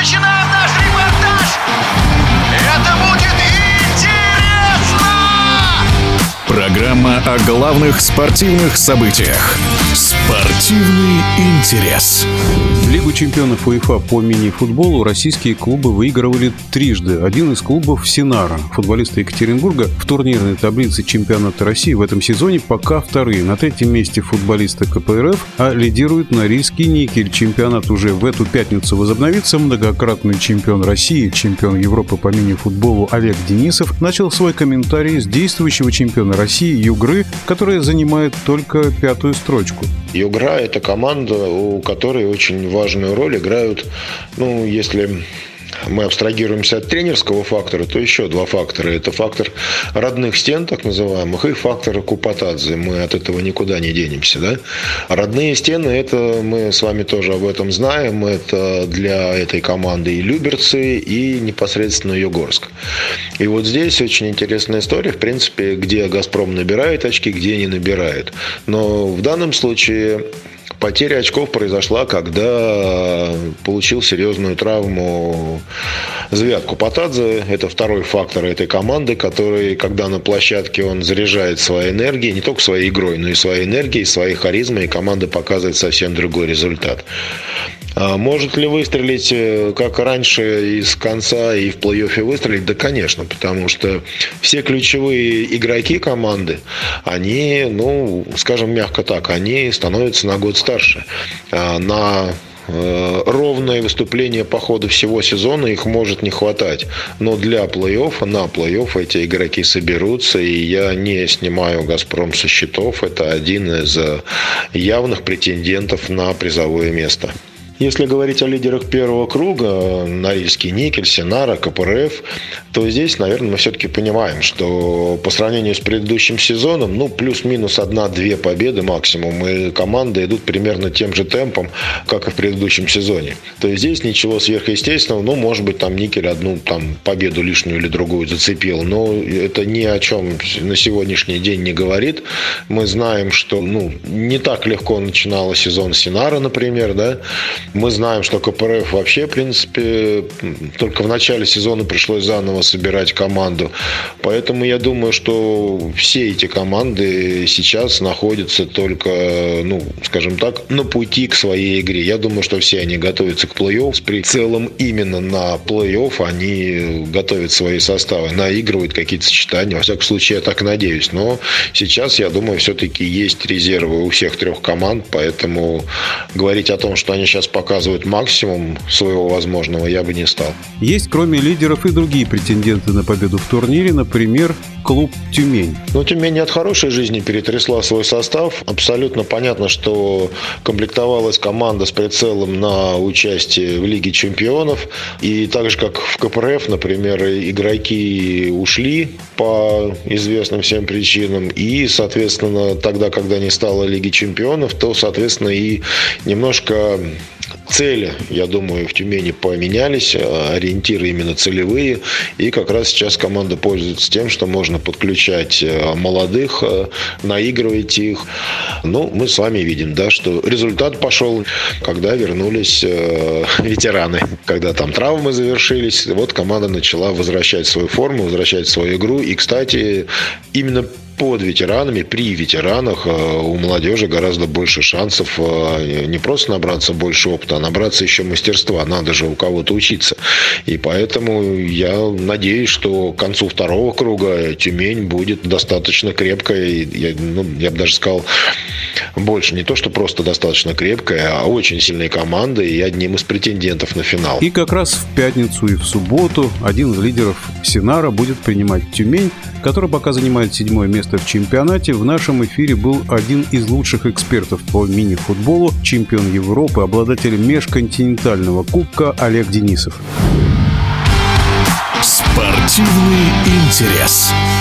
начинаем наш репортаж. Это будет интересно! Программа о главных спортивных событиях. Спортивный интерес. Лигу чемпионов УЕФА по мини-футболу российские клубы выигрывали трижды. Один из клубов «Синара». Футболисты Екатеринбурга в турнирной таблице чемпионата России в этом сезоне пока вторые. На третьем месте футболисты КПРФ, а лидирует Норильский «Никель». Чемпионат уже в эту пятницу возобновится. Многократный чемпион России, чемпион Европы по мини-футболу Олег Денисов начал свой комментарий с действующего чемпиона России «Югры», которая занимает только 5-ю строчку. «Югра» — это команда, у которой очень важную роль играют, если мы абстрагируемся от тренерского фактора, то еще два фактора. Это фактор родных стен, так называемых, и фактор Купатадзе. Мы от этого никуда не денемся. Да? Родные стены, это мы с вами тоже об этом знаем. Это для этой команды и Люберцы, и непосредственно Югорск. И вот здесь очень интересная история, в принципе, где «Газпром» набирает очки, где не набирает. Но в данном случае потеря очков произошла, когда получил серьезную травму Звят Купатадзе. Это второй фактор этой команды, который, когда на площадке он заряжает своей энергией, не только своей игрой, но и своей энергией, своей харизмой, и команда показывает совсем другой результат. Может ли выстрелить, как раньше, из конца и в плей-оффе выстрелить? Да, конечно, потому что все ключевые игроки команды, они, скажем мягко так, они становятся на год старше. На ровное выступление по ходу всего сезона их может не хватать. Но для плей-оффа, на плей-офф эти игроки соберутся, и я не снимаю «Газпром» со счетов. Это один из явных претендентов на призовое место. Если говорить о лидерах первого круга, Норильский «Никель», «Синара», КПРФ, то здесь, наверное, мы все-таки понимаем, что по сравнению с предыдущим сезоном, плюс-минус 1-2 победы максимум, и команды идут примерно тем же темпом, как и в предыдущем сезоне. То есть здесь ничего сверхъестественного, может быть, там «Никель» одну победу лишнюю или другую зацепил, но это ни о чем на сегодняшний день не говорит. Мы знаем, что не так легко начинала сезон «Синара», например, да. Мы знаем, что КПРФ вообще, в принципе, только в начале сезона пришлось заново собирать команду. Поэтому я думаю, что все эти команды сейчас находятся только, скажем так, на пути к своей игре. Я думаю, что все они готовятся к плей-офф. С прицелом именно на плей-офф они готовят свои составы, наигрывают какие-то сочетания. Во всяком случае, я так надеюсь. Но сейчас, я думаю, все-таки есть резервы у всех трех команд. Поэтому говорить о том, что они сейчас показывают максимум своего возможного, я бы не стал. Есть, кроме лидеров, и другие претенденты на победу в турнире, например, клуб «Тюмень». Тюмень от хорошей жизни перетрясла свой состав. Абсолютно понятно, что комплектовалась команда с прицелом на участие в Лиге чемпионов. И так же, как в КПРФ, например, игроки ушли по известным всем причинам. И, соответственно, тогда, когда не стало Лиги чемпионов, то, соответственно, и немножко цели, я думаю, в Тюмени поменялись, ориентиры именно целевые, и как раз сейчас команда пользуется тем, что можно подключать молодых, наигрывать их. Мы с вами видим, что результат пошел, когда вернулись ветераны, когда там травмы завершились, команда начала возвращать свою форму, возвращать свою игру, и, кстати, именно под ветеранами, при ветеранах у молодежи гораздо больше шансов не просто набраться больше опыта, а набраться еще мастерства. Надо же у кого-то учиться. И поэтому я надеюсь, что к концу второго круга Тюмень будет достаточно крепкой. Я бы даже сказал, больше. Не то, что просто достаточно крепкая, а очень сильной командой и одним из претендентов на финал. И как раз в пятницу и в субботу один из лидеров «Синара» будет принимать Тюмень, который пока занимает 7-е место в чемпионате. В нашем эфире был один из лучших экспертов по мини-футболу, чемпион Европы, обладатель межконтинентального кубка Олег Денисов. Спортивный интерес.